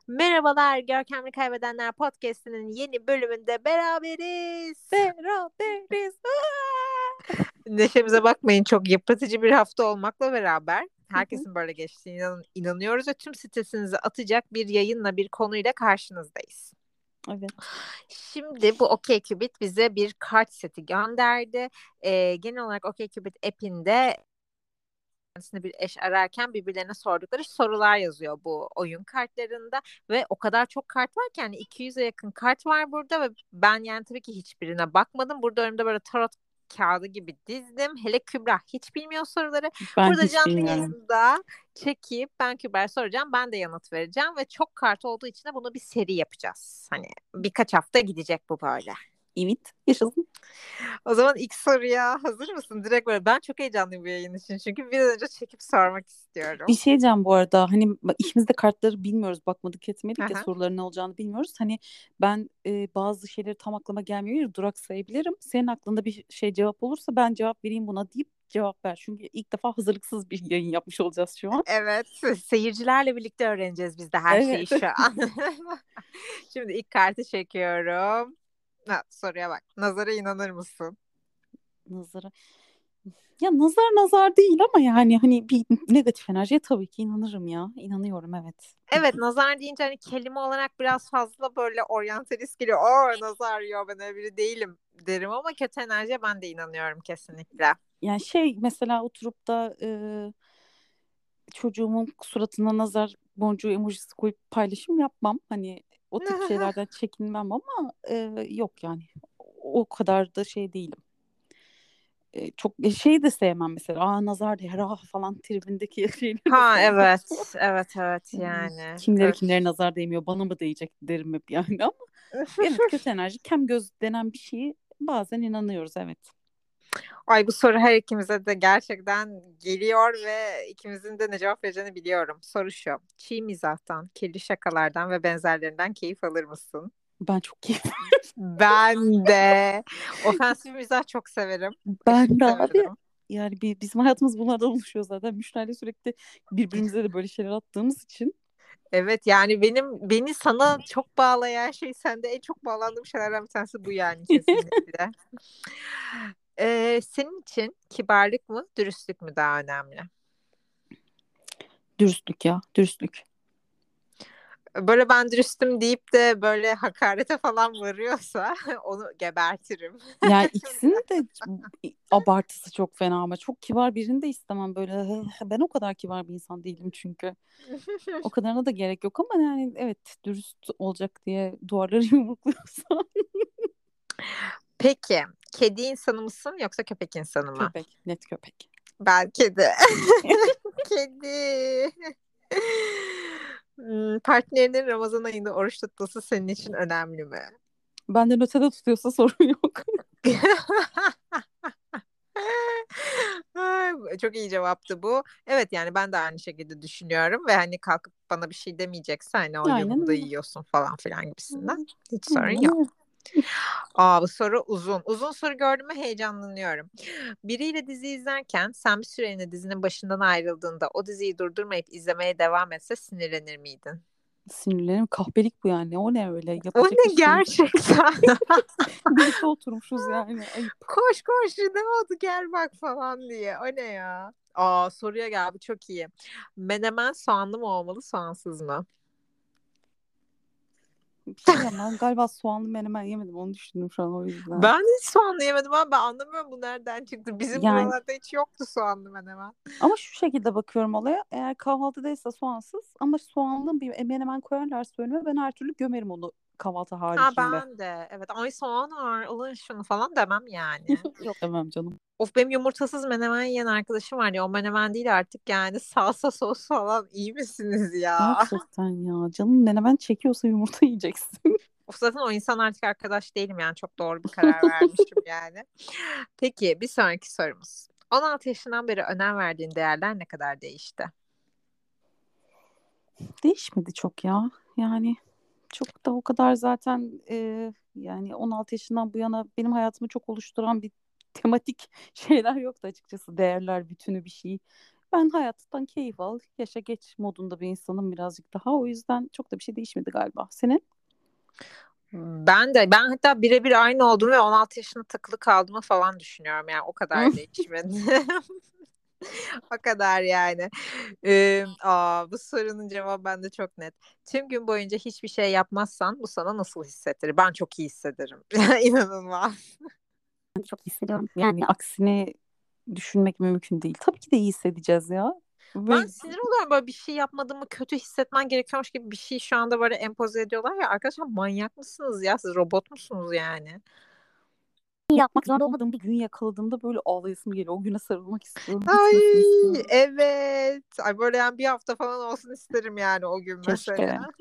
Merhabalar, Görkemli Kaybedenler Podcast'inin yeni bölümünde beraberiz. Beraberiz. Neşemize bakmayın, çok yıpratıcı bir hafta olmakla beraber herkesin böyle geçtiğine inanıyoruz ve tüm stresinizi atacak bir yayınla, bir konuyla karşınızdayız. Evet. Şimdi bu OkCupid bize bir kart seti gönderdi. Genel olarak OkCupid app'inde kendisine bir eş ararken birbirlerine sordukları sorular yazıyor bu oyun kartlarında ve o kadar çok kart var ki yani 200'e yakın kart var burada ve ben yani tabii ki hiçbirine bakmadım. Burada önümde böyle tarot kağıdı gibi dizdim. Hele Kübra hiç bilmiyor soruları. Ben Burada hiç canlı bilmiyorum. yayında çekip ben Kübra'ya soracağım. Ben de yanıt vereceğim ve çok kart olduğu için de bunu bir seri yapacağız. Hani birkaç hafta gidecek bu böyle. Evet. Yaşasın. O zaman ilk soruya hazır mısın? Direkt böyle. Ben çok heyecanlıyım bu yayın için. Çünkü bir an önce çekip sormak Bir istiyorum. şey diyeceğim bu arada. Hani ikimiz de kartları bilmiyoruz. Bakmadık etmedik ya, Aha. soruların ne olacağını bilmiyoruz. Hani ben bazı şeyleri tam aklıma gelmiyor ya, duraksayabilirim. Senin aklında bir şey cevap olursa ben cevap vereyim buna deyip cevap ver. Çünkü ilk defa hazırlıksız bir yayın yapmış olacağız şu an. Evet. Seyircilerle birlikte öğreneceğiz biz de her şeyi Evet. şu an. Şimdi ilk kartı çekiyorum. Ha, soruya bak. Nazara inanır mısın? Nazara. Ya nazar nazar değil ama yani hani bir negatif enerjiye tabii ki inanırım ya. İnanıyorum, evet. Evet, nazar deyince hani kelime olarak biraz fazla böyle oryantalist geliyor. Oo, nazar ya, ben öyle biri değilim derim ama kötü enerjiye ben de inanıyorum kesinlikle. Yani şey, mesela oturup da çocuğumun suratına nazar boncuğu emojisi koyup paylaşım yapmam. Hani o tip şeylerden çekinmem ama yok yani. O kadar da şey değilim. Çok şeyi de sevmem mesela. Aa, nazar değer falan tribindeki şeyleri de Ha, sevmem. evet. Evet, evet Yani yani. kimlere Öf. kimlere nazar değmiyor, bana mı değecek derim hep yani. Ama evet, kötü enerji, kem göz denen bir şeyi bazen inanıyoruz, evet. Ay, bu soru her ikimize de gerçekten geliyor ve ikimizin de ne cevap vereceğini biliyorum. Soru şu. Çiğ mizahtan, kirli şakalardan ve benzerlerinden keyif alır mısın? Ben çok keyif. Ben de. Ofensif mizah çok severim. Aşırı Ben de abi, severim. yani bizim hayatımız bunlardan oluşuyor zaten. Müşteriyle sürekli birbirimize de böyle şeyler attığımız için. Evet, yani beni sana çok bağlayan şey, sende en çok bağlandığım şeylerden bir tanesi bu yani, kesinlikle. Senin için kibarlık mı, dürüstlük mü daha önemli? Dürüstlük ya, dürüstlük. Böyle ben dürüstüm deyip de böyle hakarete falan varıyorsa onu gebertirim. Yani ikisinin de abartısı çok fena ama çok kibar birini de istemem böyle. Ben o kadar kibar bir insan değilim çünkü. O kadarına da gerek yok ama yani evet, dürüst olacak diye duvarları yumrukluyorsa. Peki, kedi insanı mısın yoksa köpek insanı mı? Köpek, net köpek. Ben kedi. Kedi. Partnerinin Ramazan ayında oruç tutması senin için önemli mi? Benden ötede tutuyorsa sorun yok. Ay, çok iyi cevaptı bu. Evet, yani ben de aynı şekilde düşünüyorum ve hani kalkıp bana bir şey demeyecekse hani o Aynen yanımda öyle. yiyorsun falan filan gibisinden hiç sorun Aynen yok. öyle. Aa, bu soru uzun. Uzun soru gördüğüme heyecanlanıyorum. Biriyle dizi izlerken sen bir süreliğine dizinin başından ayrıldığında o diziyi durdurmayıp izlemeye devam etse sinirlenir miydin? Sinirlerim kahpelik bu yani. O ne öyle? O Yapılacak ne iş değil. gerçekten? Birlikte oturmuşuz yani. Ayıp. Koş koş, ne oldu, gel bak falan diye. O ne ya? Aa, soruya gel, bu çok iyi. Menemen soğanlı mı olmalı, soğansız mı? Bir şey diyeceğim, ben galiba soğanlı menemen yemedim. Onu düşündüm şu an, o yüzden. Ben hiç soğanlı yemedim ama ben anlamıyorum bu nereden çıktı. Bizim Yani buralarda hiç yoktu soğanlı menemen. ama şu şekilde bakıyorum olaya. Eğer kahvaltıdaysa soğansız ama soğanlı bir menemen koyarlarsa önüme, ben her türlü gömerim onu kahvaltı Ha, haricinde. ben de. Evet, ay soğan var, alın şunu falan demem yani. Yok, demem canım. Of, benim yumurtasız menemen yiyen arkadaşım var ya, o menemen değil artık yani, salsa sos falan, iyi misiniz ya? Gerçekten ya. Canım menemen çekiyorsa yumurta yiyeceksin. Of, zaten o insan artık arkadaş değilim yani, çok doğru bir karar vermişim yani. Peki, bir sonraki sorumuz. 16 yaşından beri önem verdiğin değerler ne kadar değişti? Değişmedi çok ya. Yani çok da o kadar zaten, yani 16 yaşından bu yana benim hayatımı çok oluşturan bir tematik şeyler yoktu açıkçası. Değerler bütünü bir şey. Ben hayattan keyif al, yaşa geç modunda bir insanım birazcık daha. O yüzden çok da bir şey değişmedi galiba. Senin? Ben hatta birebir aynı olduğumu ve 16 yaşında takılı kaldığımı falan düşünüyorum. Yani o kadar değişmedi. O kadar yani. Bu sorunun cevabı bende çok net. Tüm gün boyunca hiçbir şey yapmazsan bu sana nasıl hissettirir? Ben çok iyi hissederim. İnanılmaz. Çok hissediyorum. Yani aksine düşünmek mümkün değil. Tabii ki de iyi hissedeceğiz ya. Ben Ve sinir oluyorum, böyle bir şey yapmadığımı kötü hissetmen gerekiyormuş gibi bir şey şu anda böyle empoze ediyorlar ya. Arkadaşlar manyak mısınız ya? Siz robot musunuz yani? yapmak zorunda olmadığım bir gün yakaladığımda böyle ağlayasım geliyor. O güne sarılmak istiyorum. Ay Bitmesini istiyorum. evet. Ay böyle yani bir hafta falan olsun isterim yani o gün mesela. Keşke.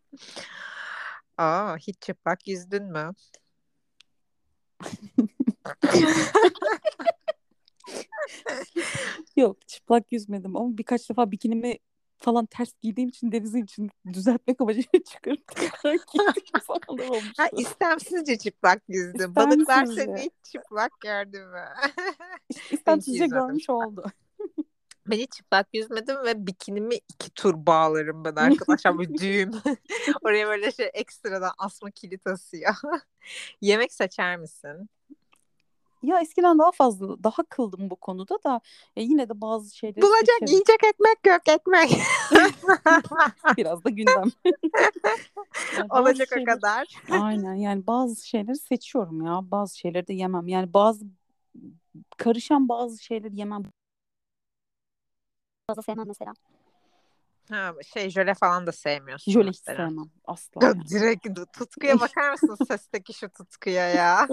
Hiç çıplak yüzdün mü? Yok, çıplak yüzmedim ama birkaç defa bikinimi falan ters giydiğim için denizin için düzeltmek amacıyla çıkarıp tekrar giydiğim zamanlar Ha, olmuştu. istemsizce çıplak yüzdüm. Balıklar seni İstemsizce. hiç çıplak gördü mü? Ben hiç İstemsizce yüzmedim görmüş çıplak. oldu. Ben hiç çıplak yüzmedim ve bikinimi 2 tur bağlarım ben arkadaşlar. Böyle düğüm. Oraya böyle şey ekstradan asma kilit asıyor. Yemek seçer misin? Ya eskiden daha fazla, daha kıldım bu konuda da yine de bazı şeyleri Bulacak seçerim. yiyecek ekmek yok ekmek. Biraz da gündem. Yani bazı Olacak o şeyler, kadar. aynen yani bazı şeyleri seçiyorum ya. Bazı şeyleri de yemem. Yani bazı karışan bazı şeyleri yemem. Fazla sevmem mesela. Ha, şey jöle falan da sevmiyorsun Jöle hiç mesela. sevmem asla Ya yani. direkt tutkuya bakar mısın, sesteki şu tutkuya ya?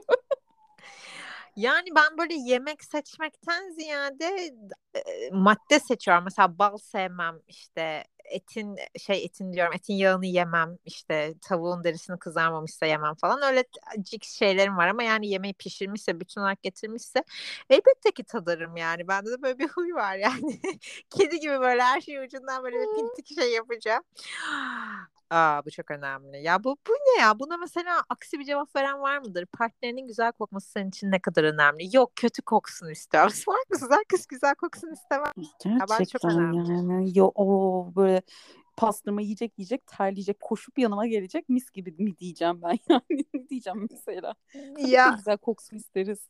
Yani ben böyle yemek seçmekten ziyade madde seçiyorum. Mesela bal sevmem, işte etin diyorum, etin yağını yemem, işte tavuğun derisini kızarmamışsa yemem falan. Öyle cik şeylerim var ama yani yemeği pişirmişse, bütün olarak getirmişse elbette ki tadarım yani. Bende de böyle bir huy var yani. Kedi gibi böyle her şeyi ucundan böyle bir pintik şey yapacağım. Bu çok önemli. Ya bu ne ya? Buna mesela aksi bir cevap veren var mıdır? Partnerinin güzel kokması senin için ne kadar önemli? Yok, kötü koksun istiyorum. Salak mısınız? Herkes güzel koksun istemez. Ya ben çok Gerçekten önemli. yani o böyle pastırma yiyecek yiyecek terleyecek koşup yanıma gelecek mis gibi mi diyeceğim ben yani ne diyeceğim mesela. Tabii ki de Ya güzel koksun isteriz.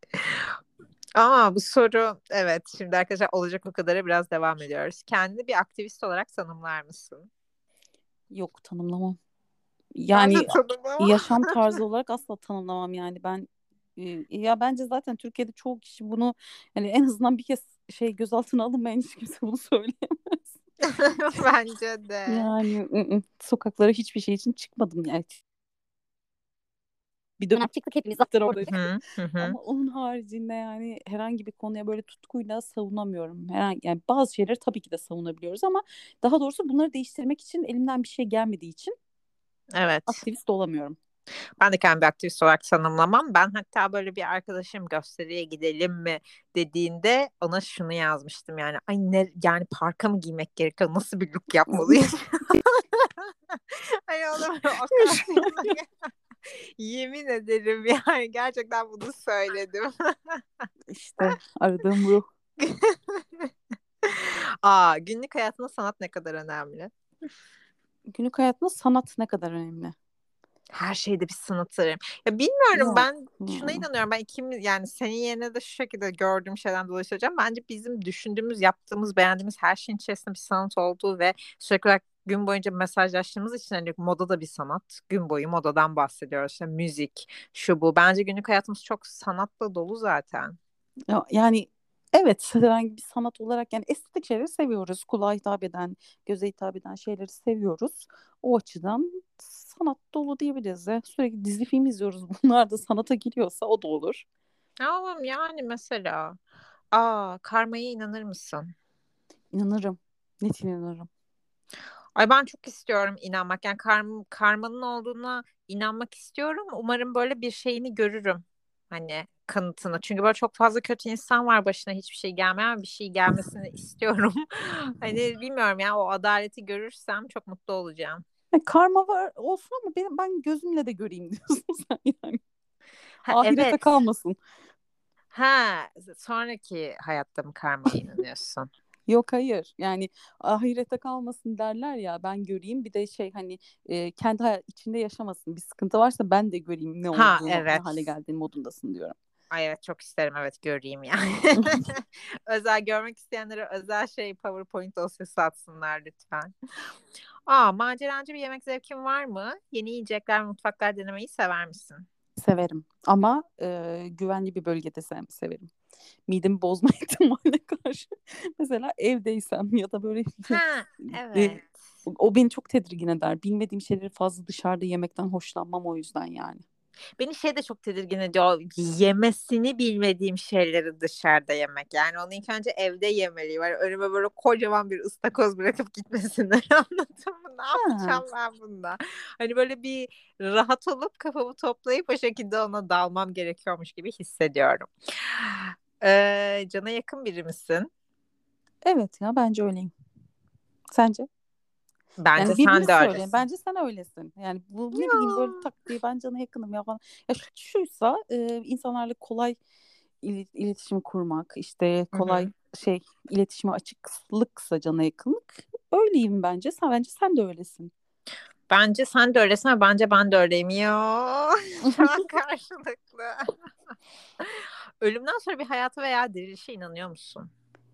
bu soru, evet, şimdi arkadaşlar olacak o kadara biraz devam ediyoruz. Kendini bir aktivist olarak tanımlar mısın? Yok, tanımlamam. Ben de Yani tanımlamam. yaşam tarzı olarak asla tanımlamam yani ben ya bence zaten Türkiye'de çoğu kişi bunu yani en azından bir kez gözaltına alınmayan hiç kimse bunu söyleyemez. Bence de. Yani sokaklara hiçbir şey için çıkmadım yani. Bir dönem çıktık hepimiz zaten Hı oradaydık. hı, hı hı. Ama onun haricinde yani herhangi bir konuya böyle tutkuyla savunamıyorum. Yani bazı şeyleri tabii ki de savunabiliyoruz ama daha doğrusu bunları değiştirmek için elimden bir şey gelmediği için Evet. aktivist olamıyorum. Ben de kendi aktivist olarak tanımlamam. Ben hatta böyle bir arkadaşım gösteriye gidelim mi dediğinde ona şunu yazmıştım yani. Ay ne yani, parka mı giymek gerekiyor? Nasıl bir look yapmalıyız? Hani ona böyle okasyona yemin ederim yani gerçekten bunu söyledim. İşte aradığım ruh. Günlük hayatında sanat ne kadar önemli? Günlük hayatında sanat ne kadar önemli? Her şeyde bir sanat ararım. Ya bilmiyorum, Yok. ben şuna inanıyorum. Ben ikimiz yani senin yerine de şu şekilde gördüğüm şeyden dolayı söyleyeceğim. Bence bizim düşündüğümüz, yaptığımız, beğendiğimiz her şeyin içerisinde bir sanat olduğu ve sürekli olarak gün boyunca mesajlaştığımız için hani moda da bir sanat. Gün boyu modadan bahsediyoruz. İşte müzik, şu bu. Bence günlük hayatımız çok sanatla dolu zaten. Yani evet, herhangi bir sanat olarak yani estetik şeyleri seviyoruz. Kulağa hitap eden, göze hitap eden şeyleri seviyoruz. O açıdan sanat dolu diyebiliriz ya. Sürekli dizi film izliyoruz. Bunlar da sanata giriyorsa o da olur. Tamam yani mesela. Karmaya inanır mısın? İnanırım. Net inanırım. Ay ben çok istiyorum inanmak. Yani karmanın olduğuna inanmak istiyorum. Umarım böyle bir şeyini görürüm. Hani kanıtını. Çünkü böyle çok fazla kötü insan var, başına hiçbir şey gelmeyen, bir şey gelmesini istiyorum. Hani bilmiyorum ya, o adaleti görürsem çok mutlu olacağım. Karma var olsun ama ben gözümle de göreyim diyorsun sen yani. Ha Ahirete evet. kalmasın. Ha, sonraki hayatta mı karmaya inanıyorsun? Yok hayır yani ahirete kalmasın derler ya, ben göreyim bir de şey hani kendi içinde yaşamasın, bir sıkıntı varsa ben de göreyim ne Ha olduğunu, ne hale evet. geldiğini modundasın diyorum. Ay evet, çok isterim, evet, göreyim yani. Özel görmek isteyenlere özel şey PowerPoint dosyası atsınlar lütfen. Maceracı bir yemek zevkin var mı? Yeni yiyecekler, mutfaklar denemeyi sever misin? Severim ama güvenli bir bölgede severim. Midemi bozma ihtimaline karşı. Mesela evdeysem ya da böyle Ha e, evet. o beni çok tedirgin eder. Bilmediğim şeyleri fazla dışarıda yemekten hoşlanmam o yüzden yani. Beni şey de çok tedirgin ediyor. Yemesini bilmediğim şeyleri dışarıda yemek. Yani onu ilk önce evde yemeliyim. Yani önüme böyle kocaman bir ıstakoz bırakıp gitmesinler. Anladın mı? Ne Ha, yapacağım ben bunda? Hani böyle bir rahat olup kafamı toplayıp o şekilde ona dalmam gerekiyormuş gibi hissediyorum. Cana yakın biri misin? evet ya bence öyleyim. Sence? Bence Yani birbirimiz sen de söyleyin. öylesin. Bence sen öylesin. Yani bu ne Ya. bileyim böyle tak diye ben cana yakınım ya falan. Ya şuysa insanlarla kolay iletişim kurmak, işte Hı kolay hı. şey iletişime açıklıksa cana yakınlık. Öyleyim bence. Bence sen de öylesin. Bence sen de öylesin ve bence ben de öyleyim. Ya. Şu an karşılıklı. Ölümden sonra bir hayata veya dirilişe inanıyor musun?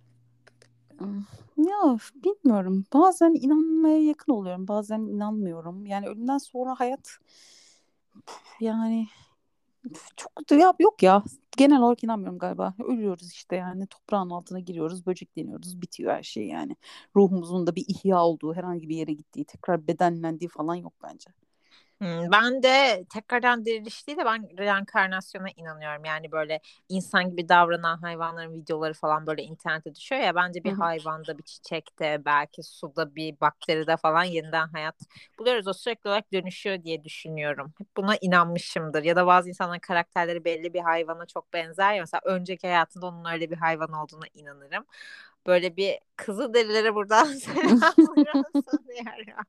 Hmm, ya bilmiyorum. Bazen inanmaya yakın oluyorum, bazen inanmıyorum. Yani ölümden sonra hayat yani çok da ya, yok ya. Genel olarak inanmıyorum galiba. Ölüyoruz işte yani toprağın altına giriyoruz, böcekleniyoruz, bitiyor her şey yani. Ruhumuzun da bir ihya olduğu, herhangi bir yere gittiği, tekrar bedenlendiği falan yok bence. Ben de tekrardan diriliş değil de ben reenkarnasyona inanıyorum. Yani böyle insan gibi davranan hayvanların videoları falan böyle internete düşüyor ya. Bence Hı bir hı. hayvanda, bir çiçekte, belki suda, bir bakteride falan yeniden hayat buluyoruz. O sürekli olarak dönüşüyor diye düşünüyorum. Hep buna inanmışımdır. Ya da bazı insanların karakterleri belli bir hayvana çok benzer ya. Mesela önceki hayatında onun öyle bir hayvan olduğuna inanırım. Böyle bir Kızılderililere buradan selamlar olsun diyorum.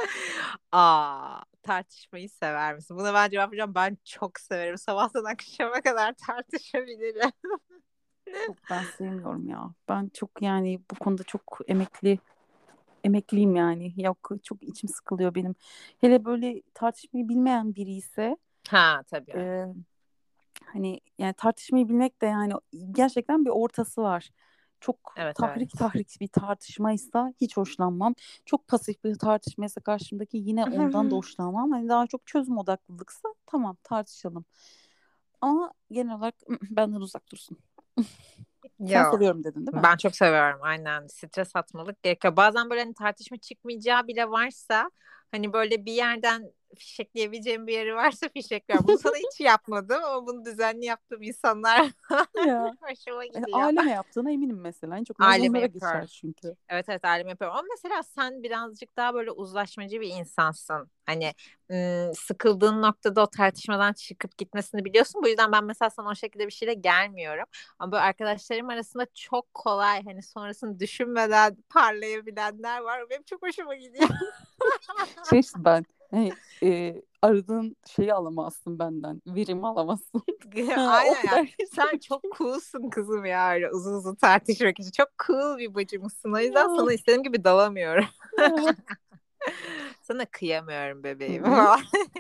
Tartışmayı sever misin? Buna ben cevap vereceğim. Ben çok severim. Sabahtan akşama kadar tartışabilirim. Yok ben sevmiyorum ya. Ben çok yani bu konuda çok emekliyim yani. Yok çok içim sıkılıyor benim. Hele böyle tartışmayı bilmeyen biri ise Ha tabii. e, hani yani tartışmayı bilmek de yani gerçekten bir ortası var. Çok Evet tahrik evet. tahrik bir tartışmaysa hiç hoşlanmam. Çok pasif bir tartışmaysa karşımdaki yine ondan da hoşlanmam. Hani daha çok çözüm odaklılıksa tamam tartışalım. Ama genel olarak benden uzak dursun. Sen Yok. seviyorum dedin değil mi? Ben çok seviyorum, aynen, stres atmalık gerekiyor. Bazen böyle hani tartışma çıkmayacağı bile varsa hani böyle bir yerden fişekleyebileceğim bir yeri varsa fişekliyorum. Bunu sana hiç yapmadım ama bunu düzenli yaptığım insanlar var. Ya Hoşuma gidiyor. aileme yaptığına eminim mesela. En çok naz Aileme onlara yapıyorum. geçer çünkü. Evet evet, aileme yapıyorum. Ama mesela sen birazcık daha böyle uzlaşmacı bir insansın. Hani sıkıldığın noktada o tartışmadan çıkıp gitmesini biliyorsun. Bu yüzden ben mesela sana o şekilde bir şeyle gelmiyorum. Ama böyle arkadaşlarım arasında çok kolay hani sonrasını düşünmeden parlayabilenler var. O benim çok hoşuma gidiyor. Şey işte ben hani, aradığın şeyi alamazsın benden. Verimi alamazsın. Ha, o Aynen ya. kadar Sen geçer. çok coolsun kızım ya, öyle uzun uzun tartışmak için. Çok cool bir bacımısın. O yüzden Ya, sana istediğim gibi dalamıyorum. ya. Sana kıyamıyorum Hı bebeğim. hı.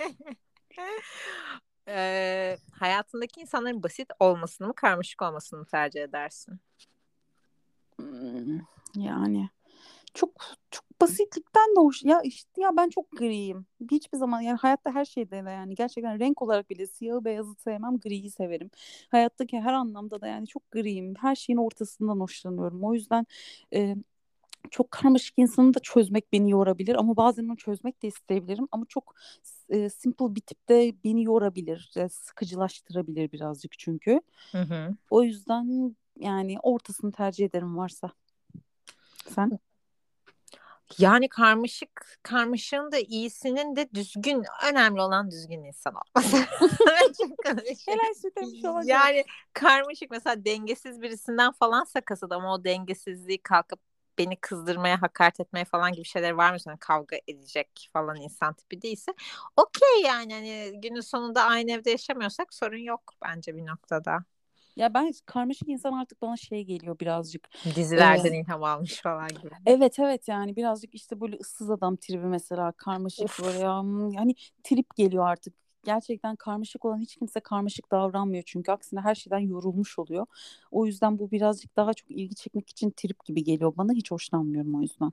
Hayatındaki insanların basit olmasını mı, karmaşık olmasını mı tercih edersin? Hmm, yani çok çok basitlikten de hoş ya işte ya ben çok griyim. Hiçbir zaman yani hayatta her şeyde de yani gerçekten renk olarak bile siyahı beyazı sevmem, griyi severim. Hayattaki her anlamda da yani çok griyim. Her şeyin ortasından hoşlanıyorum. O yüzden e, çok karmaşık insanı da çözmek beni yorabilir ama bazen onu çözmek de isteyebilirim ama çok simple bir tip de beni yorabilir, sıkıcılaştırabilir birazcık çünkü. Hı hı. O yüzden yani ortasını tercih ederim varsa. Sen? Yani karmaşık, karmaşığın da iyisinin de düzgün, önemli olan düzgün insan olması. Çok karışık. Helal süt emmiş olacak. Yani karmaşık mesela dengesiz birisinden falansa kasıt, ama o dengesizliği kalkıp beni kızdırmaya, hakaret etmeye falan gibi şeyler var mı? Yani kavga edecek falan insan tipi değilse okey, yani hani günün sonunda aynı evde yaşamıyorsak sorun yok bence bir noktada. Ya ben karmaşık insan artık bana şey geliyor birazcık. Dizilerden ilham almış falan gibi. Evet evet, yani birazcık işte böyle ıssız adam tribi mesela, karmaşık böyle Uf. ya, yani trip geliyor artık. Gerçekten karmaşık olan hiç kimse karmaşık davranmıyor çünkü aksine her şeyden yorulmuş oluyor. O yüzden bu birazcık daha çok ilgi çekmek için trip gibi geliyor bana, hiç hoşlanmıyorum o yüzden.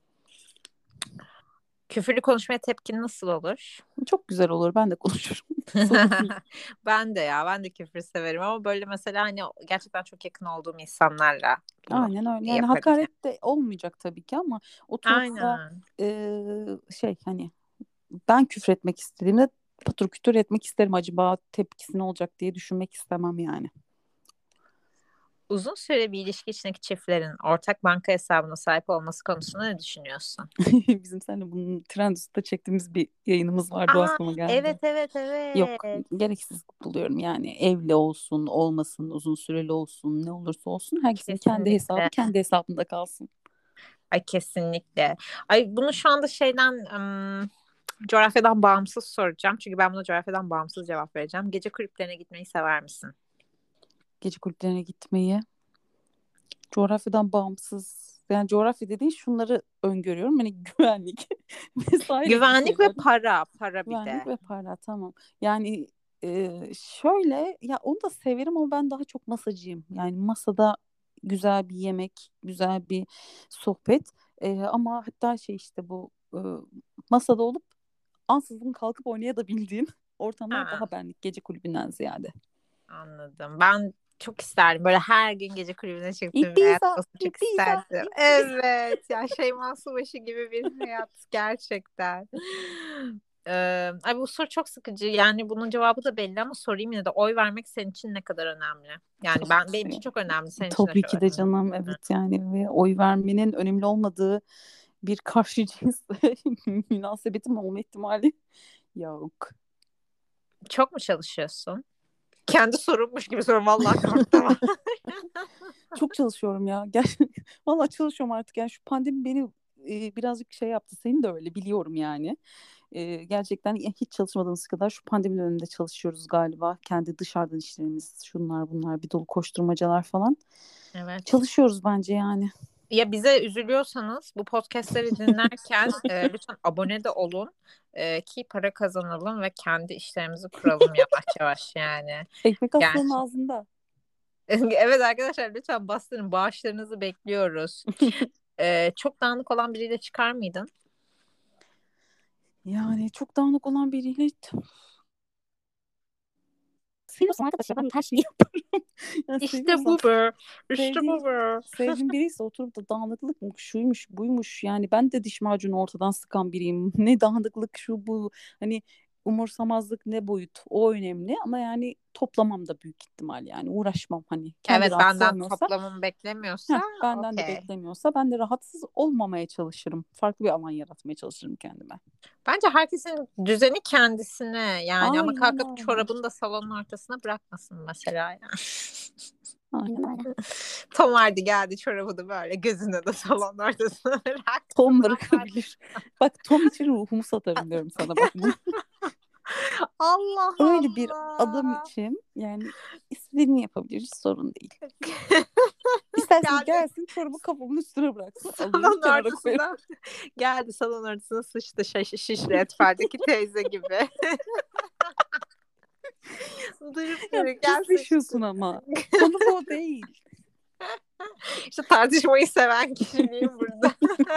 Küfürlü konuşmaya tepkin nasıl olur? Çok güzel olur, ben de konuşurum. Sorun değil. Ben de küfür severim ama böyle mesela hani gerçekten çok yakın olduğum insanlarla bunu Aynen öyle. Yani yaparım yani. hakaret de olmayacak tabii ki ama oturup da Aynen. şey hani ben küfretmek istediğimde patır kütür etmek isterim. Acaba tepkisi ne olacak diye düşünmek istemem yani. Uzun süre bir ilişki içindeki çiftlerin ortak banka hesabına sahip olması konusunda ne düşünüyorsun? Bizim seninle bunun Trendus'ta çektiğimiz bir yayınımız vardı, o Aa, aklıma geldi. evet evet Yok, evet. gereksiz buluyorum yani, evli olsun olmasın, uzun süreli olsun, ne olursa olsun herkesin kendi hesabı Kesinlikle. kendi hesabında kalsın. Ay kesinlikle. Ay bunu şu anda coğrafyadan bağımsız soracağım. Çünkü ben buna coğrafyadan bağımsız cevap vereceğim. Gece kulüplerine gitmeyi sever misin? Gece kulüplerine gitmeyi coğrafyadan bağımsız, yani coğrafya dediğin şunları öngörüyorum hani güvenlik vesaire gibi Güvenlik ve şeyler. para bir Güvenlik de. ve para, tamam. Yani şöyle ya, onu da severim ama ben daha çok masacıyım. Yani masada güzel bir yemek, güzel bir sohbet. Ama hatta şey işte bu masada olup ansızın kalkıp oynayabilidiğin ortamlar Ha, daha benlik, gece kulübünden ziyade. anladım. Ben çok isterdim. Böyle her gün gece kulübüne çıktığım bir hayat İptiza, olsun çok İptiza, isterdim. İptiza. Evet. Ya Şeyma Subaşı gibi bir hayat gerçekten. Ay bu soru çok sıkıcı. Yani bunun cevabı da belli ama sorayım yine de, oy vermek senin için ne kadar önemli? Yani benim için çok önemli. Senin için de Tabii çok ki de önemli. canım, evet yani, ve oy vermenin önemli olmadığı bir karşı cins münasebetim olma ihtimali yok. Çok mu çalışıyorsun? Kendi sorummuş gibi soruyorum. Vallahi korktum. Çok çalışıyorum ya. Vallahi çalışıyorum artık. Yani şu pandemi beni birazcık şey yaptı. Seni de öyle biliyorum yani. Gerçekten hiç çalışmadığımız kadar şu pandemi döneminde çalışıyoruz galiba. Kendi dışarıdan işlerimiz, şunlar bunlar, bir dolu koşturmacalar falan. Evet. Çalışıyoruz bence yani. Ya bize üzülüyorsanız bu podcastleri dinlerken lütfen abone de olun. Ki para kazanalım ve kendi işlerimizi kuralım yavaş yavaş yani. Ekmek aslanın Gerçi. ağzında. Evet arkadaşlar lütfen bastırın, bağışlarınızı bekliyoruz. Çok dağınık olan biriyle çıkar mıydın? Yani çok dağınık olan biriyle seviyorsam arkadaşlar ben her şeyi yaparım. Yani İşte seviyorsam, bu be. İşte sevdiğim bu be. sevdiğim biriyse oturup da dağınıklık mı şuymuş buymuş, yani ben de diş macunu ortadan sıkan biriyim. Ne dağınıklık şu bu, hani umursamazlık ne boyut, o önemli ama yani toplamam da büyük ihtimal, yani uğraşmam, hani kendi Evet, rahatsız benden olmuyorsa, toplamamı beklemiyorsa heh, benden de okey. beklemiyorsa ben de rahatsız olmamaya çalışırım. Farklı bir alan yaratmaya çalışırım kendime. Bence herkesin düzeni kendisine yani, ama Aynen kalkıp öyle. çorabını da salonun ortasına bırakmasın mesela yani. Aynen öyle. Tom Hardy geldi, çorabını böyle gözüne de salonun ortasına bıraktı. Tom Ne yapar? bırakabilir. Bak, Tom için ruhumu satarım diyorum sana, bak bunu. Allah Öyle bir adam Allah. için yani istediğini yapabiliriz, sorun değil. İsterse Geldi gelsin çorabı kafamın üstüne bıraksın, alayım salon kenara koyarım. ortasına. Geldi salon ortasına sıçtı Şişli Etfel'deki teyze gibi. Durup Ya durup gel pisleşiyorsun sıçtı. ama. Konu bu o değil. İşte tartışmayı seven kişiliğim burada.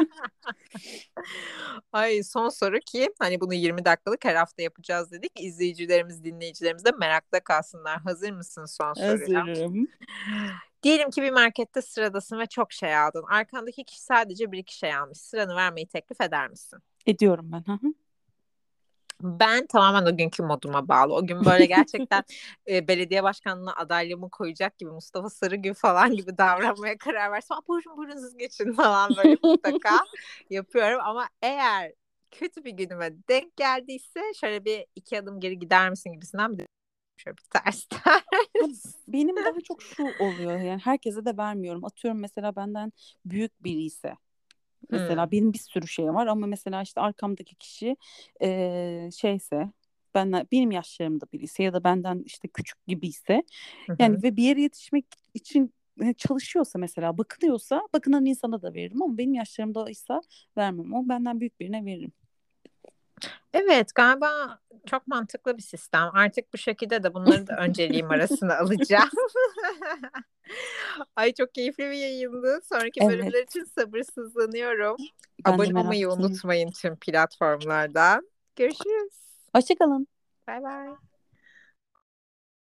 Ay son soru, ki hani bunu 20 dakikalık her hafta yapacağız dedik. İzleyicilerimiz, dinleyicilerimiz de merakta kalsınlar. Hazır mısın son soruya? Hazırım. Diyelim ki bir markette sıradasın ve çok şey aldın. Arkandaki kişi sadece bir iki şey almış. Sıranı vermeyi teklif eder misin? Ediyorum ben. Hı hı. Ben tamamen o günkü moduma bağlı. O gün böyle gerçekten belediye başkanlığına adaylığımı koyacak gibi, Mustafa Sarıgül falan gibi davranmaya karar versem, "Aa, buyurun buyurun siz geçin" falan böyle mutlaka yapıyorum. Ama eğer kötü bir günüme denk geldiyse şöyle bir iki adım geri gider misin gibisinden bir, şöyle bir ters Ha, ters. benim daha çok şu oluyor, yani herkese de vermiyorum. Atıyorum mesela benden büyük biri ise, mesela Hmm. benim bir sürü şey var ama mesela işte arkamdaki kişi şeyse, benim yaşlarımda biriyse ya da benden işte küçük gibiyse, Hı yani hı. ve bir yere yetişmek için çalışıyorsa, mesela bakınıyorsa, bakınan insana da veririm ama benim yaşlarımdaysa vermem. O benden büyük birine veririm. Evet, galiba çok mantıklı bir sistem. Artık bu şekilde de bunları da önceliğim arasına alacağım. Ay çok keyifli bir yayındı. Sonraki Evet, bölümler için sabırsızlanıyorum. ben de Abone olmayı meraklıyım. unutmayın tüm platformlardan. Görüşürüz. Hoşça kalın. Bay bay.